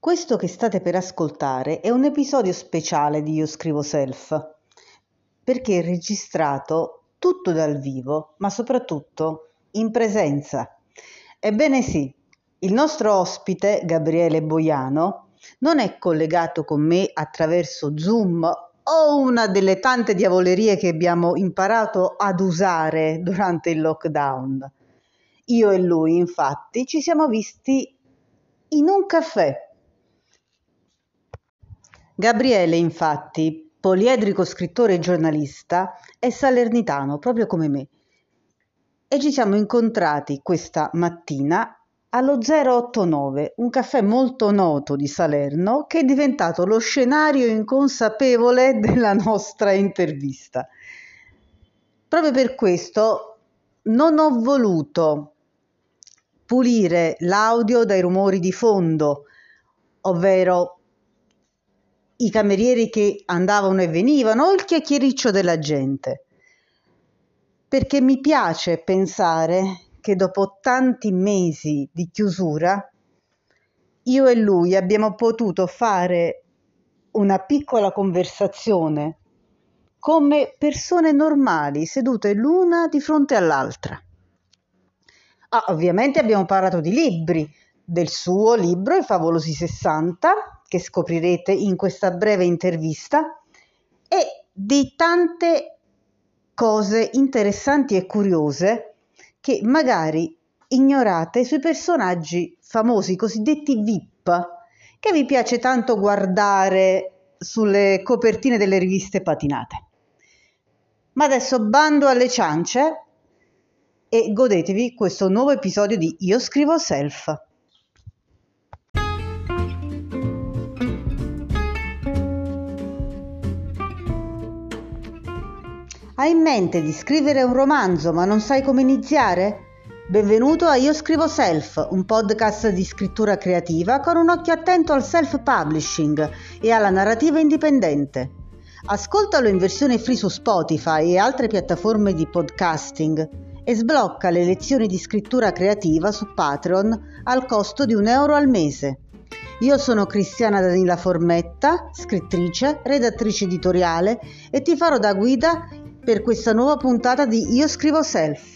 Questo che state per ascoltare è un episodio speciale di Io Scrivo Self, perché è registrato tutto dal vivo, ma soprattutto in presenza. Ebbene sì, il nostro ospite, Gabriele Boiano, non è collegato con me attraverso Zoom o una delle tante diavolerie che abbiamo imparato ad usare durante il lockdown. Io e lui, infatti, ci siamo visti in un caffè. Gabriele, infatti, poliedrico scrittore e giornalista, è salernitano, proprio come me. E ci siamo incontrati questa mattina allo 089, un caffè molto noto di Salerno che è diventato lo scenario inconsapevole della nostra intervista. Proprio per questo non ho voluto pulire l'audio dai rumori di fondo, ovvero i camerieri che andavano e venivano o il chiacchiericcio della gente, perché mi piace pensare che dopo tanti mesi di chiusura io e lui abbiamo potuto fare una piccola conversazione come persone normali sedute l'una di fronte all'altra. Ovviamente abbiamo parlato di libri, del suo libro I Favolosi 60, che scoprirete in questa breve intervista, e di tante cose interessanti e curiose che magari ignorate sui personaggi famosi, cosiddetti VIP, che vi piace tanto guardare sulle copertine delle riviste patinate. Ma adesso bando alle ciance e godetevi questo nuovo episodio di Io Scrivo Self. Hai in mente di scrivere un romanzo ma non sai come iniziare? Benvenuto a Io Scrivo Self, un podcast di scrittura creativa con un occhio attento al self-publishing e alla narrativa indipendente. Ascoltalo in versione free su Spotify e altre piattaforme di podcasting e sblocca le lezioni di scrittura creativa su Patreon al costo di €1 al mese. Io sono Cristiana Danila Formetta, scrittrice, redattrice editoriale e ti farò da guida per questa nuova puntata di Io Scrivo Self.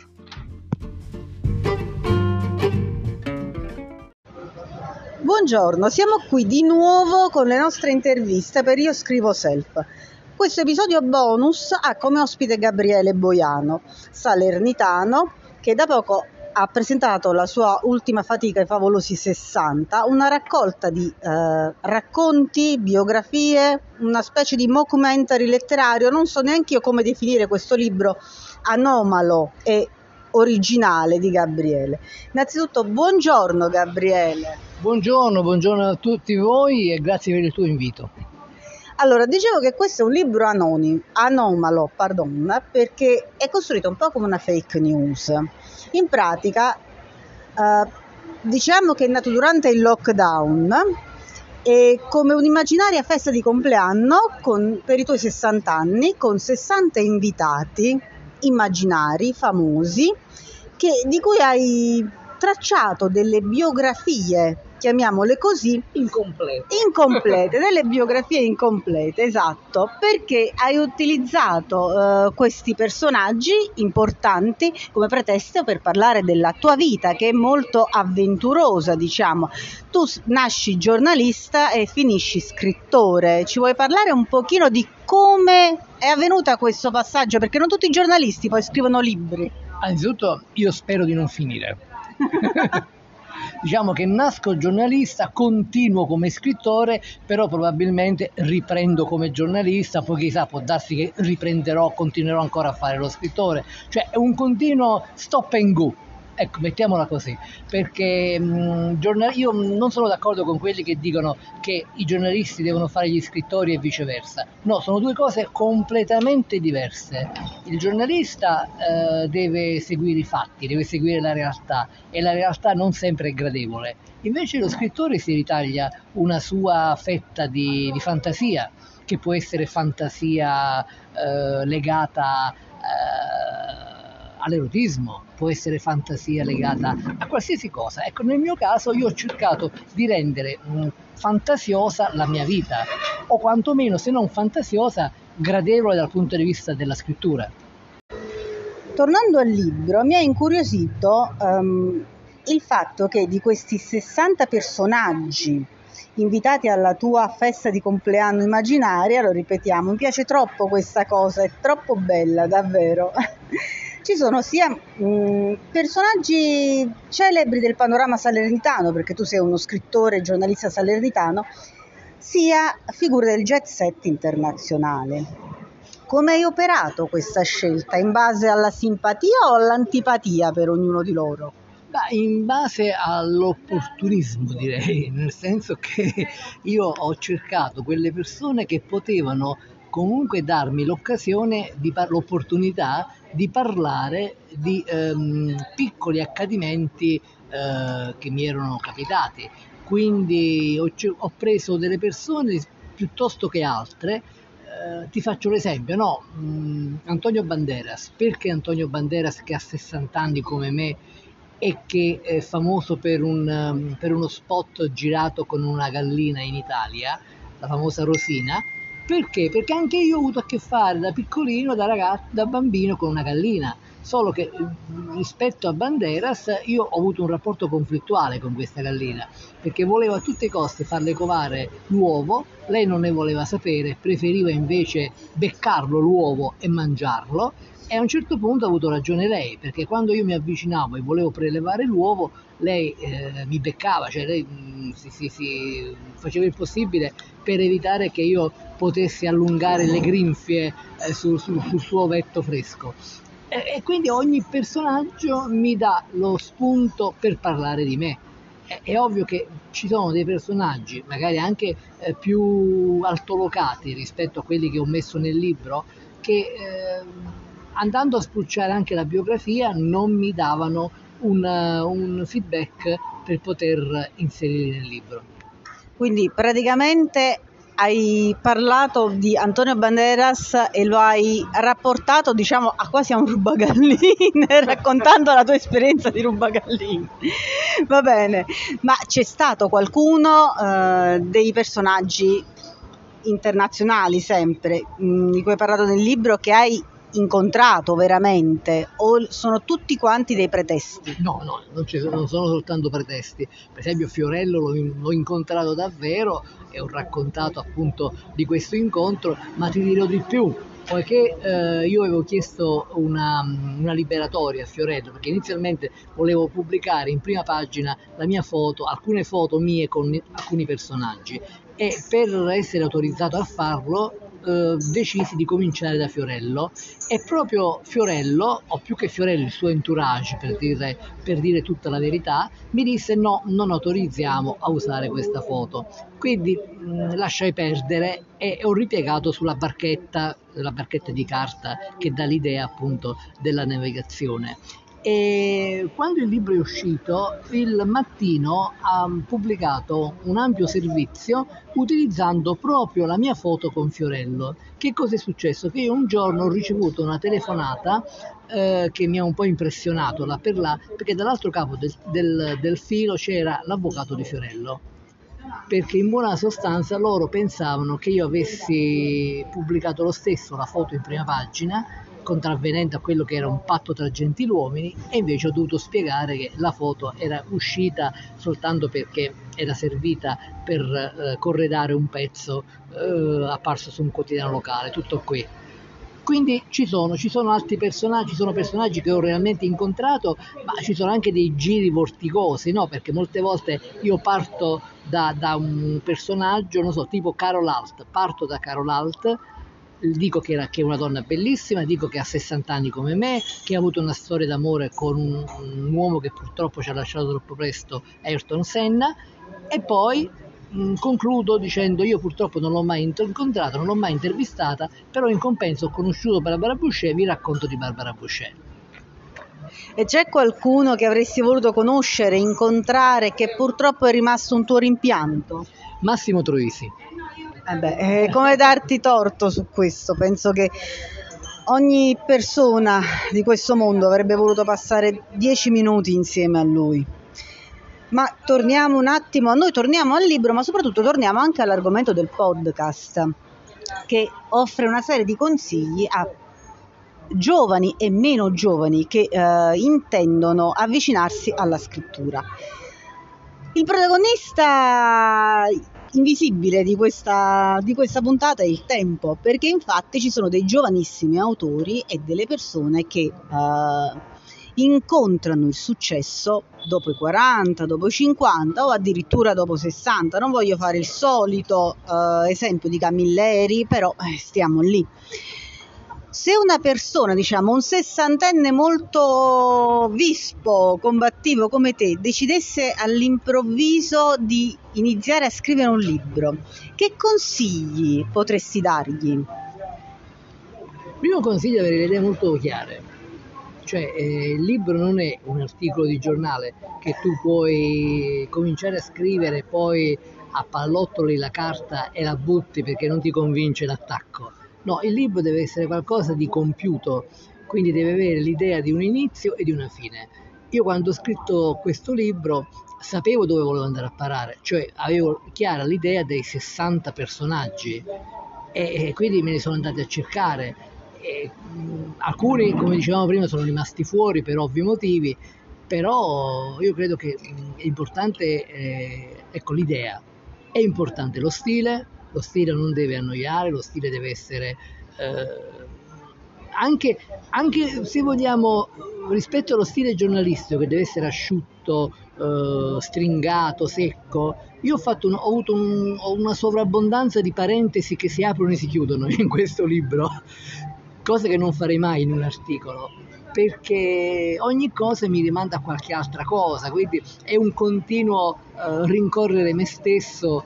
Buongiorno, siamo qui di nuovo con le nostre interviste per Io Scrivo Self. Questo episodio bonus ha come ospite Gabriele Boiano, salernitano, che da poco ha presentato la sua ultima fatica, I Favolosi 60, una raccolta di racconti, biografie, una specie di mockumentary letterario. Non so neanche io come definire questo libro anomalo e originale di Gabriele. Innanzitutto, buongiorno Gabriele. Buongiorno a tutti voi e grazie per il tuo invito. Allora, dicevo che questo è un libro anomalo, perché è costruito un po' come una fake news. In pratica, diciamo che è nato durante il lockdown e come un'immaginaria festa di compleanno per i tuoi 60 anni, con 60 invitati immaginari, famosi, di cui hai tracciato delle biografie, chiamiamole così, incomplete, delle biografie incomplete, esatto, perché hai utilizzato questi personaggi importanti come pretesto per parlare della tua vita, che è molto avventurosa, diciamo. Tu nasci giornalista e finisci scrittore. Ci vuoi parlare un pochino di come è avvenuta questo passaggio? Perché non tutti i giornalisti poi scrivono libri. Anzitutto io spero di non finire. Diciamo che nasco giornalista, continuo come scrittore, però probabilmente riprendo come giornalista, poi chissà, può darsi che continuerò ancora a fare lo scrittore, cioè è un continuo stop and go. Ecco, mettiamola così, perché io non sono d'accordo con quelli che dicono che i giornalisti devono fare gli scrittori e viceversa. No, sono due cose completamente diverse. Il giornalista deve seguire i fatti, deve seguire la realtà e la realtà non sempre è gradevole. Invece lo scrittore si ritaglia una sua fetta di fantasia, che può essere fantasia legata all'erotismo, può essere fantasia legata a qualsiasi cosa. Ecco, nel mio caso io ho cercato di rendere fantasiosa la mia vita, o quantomeno, se non fantasiosa, gradevole dal punto di vista della scrittura. Tornando al libro, mi ha incuriosito il fatto che di questi 60 personaggi invitati alla tua festa di compleanno immaginaria, lo ripetiamo, mi piace troppo questa cosa, è troppo bella, davvero. Ci sono sia personaggi celebri del panorama salernitano, perché tu sei uno scrittore e giornalista salernitano, sia figure del jet set internazionale. Come hai operato questa scelta? In base alla simpatia o all'antipatia per ognuno di loro? In base all'opportunismo, direi, nel senso che io ho cercato quelle persone che potevano comunque darmi l'opportunità di parlare di piccoli accadimenti che mi erano capitati. Quindi ho preso delle persone piuttosto che altre. Ti faccio l'esempio, no? Antonio Banderas. Perché Antonio Banderas, che ha 60 anni come me e che è famoso per uno spot girato con una gallina in Italia, la famosa Rosina? Perché? Perché anche io ho avuto a che fare da piccolino, da bambino, con una gallina. Solo che rispetto a Banderas io ho avuto un rapporto conflittuale con questa gallina, perché volevo a tutti i costi farle covare l'uovo, lei non ne voleva sapere, preferiva invece beccarlo l'uovo e mangiarlo, e a un certo punto ha avuto ragione lei, perché quando io mi avvicinavo e volevo prelevare l'uovo, lei mi beccava, cioè lei si faceva il possibile per evitare che io potessi allungare le grinfie sul suo ovetto fresco. E quindi ogni personaggio mi dà lo spunto per parlare di me. È ovvio che ci sono dei personaggi, magari anche più altolocati rispetto a quelli che ho messo nel libro, che andando a spulciare anche la biografia non mi davano un feedback per poter inserire nel libro. Quindi praticamente hai parlato di Antonio Banderas e lo hai rapportato, diciamo, a quasi a un rubagalline, raccontando la tua esperienza di rubagalline. Va bene, ma c'è stato qualcuno dei personaggi internazionali sempre, di cui hai parlato nel libro, che hai incontrato veramente, o sono tutti quanti dei pretesti? No, non sono soltanto pretesti. Per esempio Fiorello l'ho incontrato davvero e ho raccontato appunto di questo incontro, ma ti dirò di più, poiché io avevo chiesto una liberatoria a Fiorello, perché inizialmente volevo pubblicare in prima pagina la mia foto, alcune foto mie con alcuni personaggi, e per essere autorizzato a farlo decisi di cominciare da Fiorello, e proprio Fiorello, o più che Fiorello il suo entourage, per dire tutta la verità, mi disse no, non autorizziamo a usare questa foto, quindi lasciai perdere e ho ripiegato sulla barchetta di carta che dà l'idea appunto della navigazione. E quando il libro è uscito, il Mattino ha pubblicato un ampio servizio utilizzando proprio la mia foto con Fiorello. Che cosa è successo? Che io un giorno ho ricevuto una telefonata che mi ha un po' impressionato là per là, perché dall'altro capo del filo c'era l'avvocato di Fiorello, perché in buona sostanza loro pensavano che io avessi pubblicato lo stesso la foto in prima pagina, contravvenendo a quello che era un patto tra gentiluomini, e invece ho dovuto spiegare che la foto era uscita soltanto perché era servita per corredare un pezzo apparso su un quotidiano locale, tutto qui. Quindi ci sono altri personaggi, ci sono personaggi che ho realmente incontrato, ma ci sono anche dei giri vorticosi, no? Perché molte volte io parto da un personaggio, non so, tipo Carol Alt, parto da Carol Alt, dico che è una donna bellissima, dico che ha 60 anni come me, che ha avuto una storia d'amore con un uomo che purtroppo ci ha lasciato troppo presto, Ayrton Senna, e poi concludo dicendo io purtroppo non l'ho mai incontrata, non l'ho mai intervistata, però in compenso ho conosciuto Barbara Boucher, vi racconto di Barbara Boucher. E c'è qualcuno che avresti voluto conoscere, incontrare, che purtroppo è rimasto un tuo rimpianto? Massimo Troisi. Come darti torto su questo? Penso che ogni persona di questo mondo avrebbe voluto passare 10 minuti insieme a lui. Ma torniamo un attimo, noi torniamo al libro, ma soprattutto torniamo anche all'argomento del podcast, che offre una serie di consigli a giovani e meno giovani che intendono avvicinarsi alla scrittura. Il protagonista invisibile di questa puntata è il tempo, perché infatti ci sono dei giovanissimi autori e delle persone che incontrano il successo dopo i 40, dopo i 50 o addirittura dopo 60. Non voglio fare il solito esempio di Camilleri, però stiamo lì. Se una persona, diciamo un sessantenne molto vispo, combattivo come te, decidesse all'improvviso di iniziare a scrivere un libro, che consigli potresti dargli? Il primo consiglio è avere le idee molto chiare. Cioè il libro non è un articolo di giornale che tu puoi cominciare a scrivere, poi appallottoli la carta e la butti perché non ti convince l'attacco. No, il libro deve essere qualcosa di compiuto, quindi deve avere l'idea di un inizio e di una fine. Io quando ho scritto questo libro sapevo dove volevo andare a parare, cioè avevo chiara l'idea dei 60 personaggi e quindi me ne sono andati a cercare. Alcuni, come dicevamo prima, sono rimasti fuori per ovvi motivi, però io credo che è importante ecco, l'idea, è importante lo stile non deve annoiare, lo stile deve essere anche se vogliamo, rispetto allo stile giornalistico che deve essere asciutto, stringato, secco. Io ho avuto una sovrabbondanza di parentesi che si aprono e si chiudono in questo libro, cose che non farei mai in un articolo, perché ogni cosa mi rimanda a qualche altra cosa, quindi è un continuo rincorrere me stesso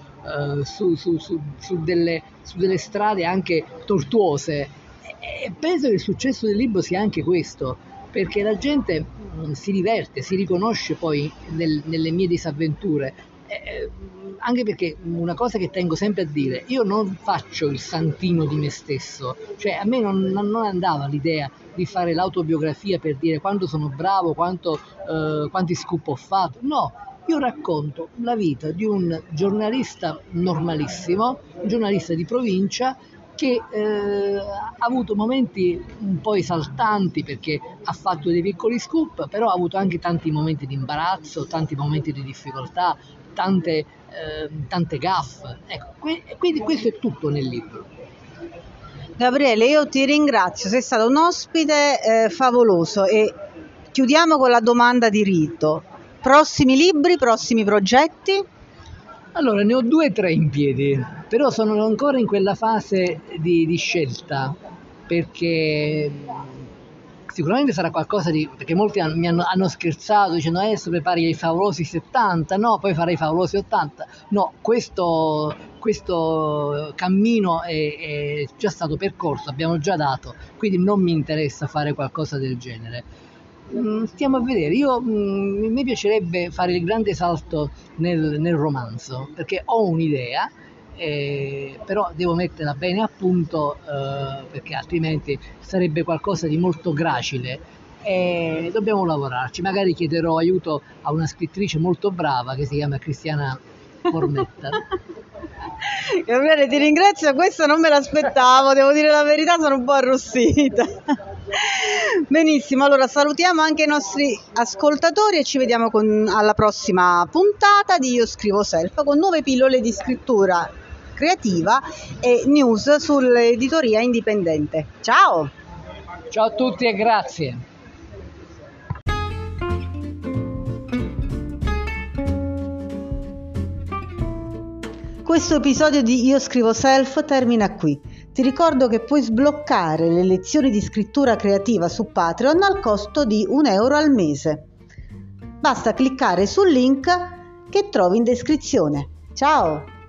su delle strade anche tortuose, e penso che il successo del libro sia anche questo, perché la gente si diverte, si riconosce poi nelle mie disavventure, anche perché una cosa che tengo sempre a dire, io non faccio il santino di me stesso, cioè a me non andava l'idea di fare l'autobiografia per dire quanto sono bravo, quanti scoop ho fatto, no. Io racconto la vita di un giornalista normalissimo, un giornalista di provincia che ha avuto momenti un po' esaltanti perché ha fatto dei piccoli scoop, però ha avuto anche tanti momenti di imbarazzo, tanti momenti di difficoltà, tante gaffe. Ecco, quindi questo è tutto nel libro. Gabriele, io ti ringrazio, sei stato un ospite favoloso e chiudiamo con la domanda di rito. Prossimi libri, prossimi progetti? Allora, ne ho 2 o 3 in piedi, però sono ancora in quella fase di scelta, perché sicuramente sarà qualcosa perché molti mi hanno scherzato dicendo adesso prepari i favolosi 70, no, poi farei i favolosi 80. No, questo cammino è già stato percorso, abbiamo già dato, quindi non mi interessa fare qualcosa del genere. Stiamo a vedere, mi piacerebbe fare il grande salto nel romanzo, perché ho un'idea, però devo metterla bene a punto, perché altrimenti sarebbe qualcosa di molto gracile e dobbiamo lavorarci. Magari chiederò aiuto a una scrittrice molto brava che si chiama Cristiana Formetta. Gabriele, ti ringrazio, questo non me l'aspettavo, devo dire la verità, sono un po' arrossita. Benissimo, allora salutiamo anche i nostri ascoltatori e ci vediamo alla prossima puntata di Io Scrivo Self con nuove pillole di scrittura creativa e news sull'editoria indipendente. Ciao! Ciao a tutti e grazie! Questo episodio di Io Scrivo Self termina qui. Ti ricordo che puoi sbloccare le lezioni di scrittura creativa su Patreon al costo di €1 al mese. Basta cliccare sul link che trovi in descrizione. Ciao!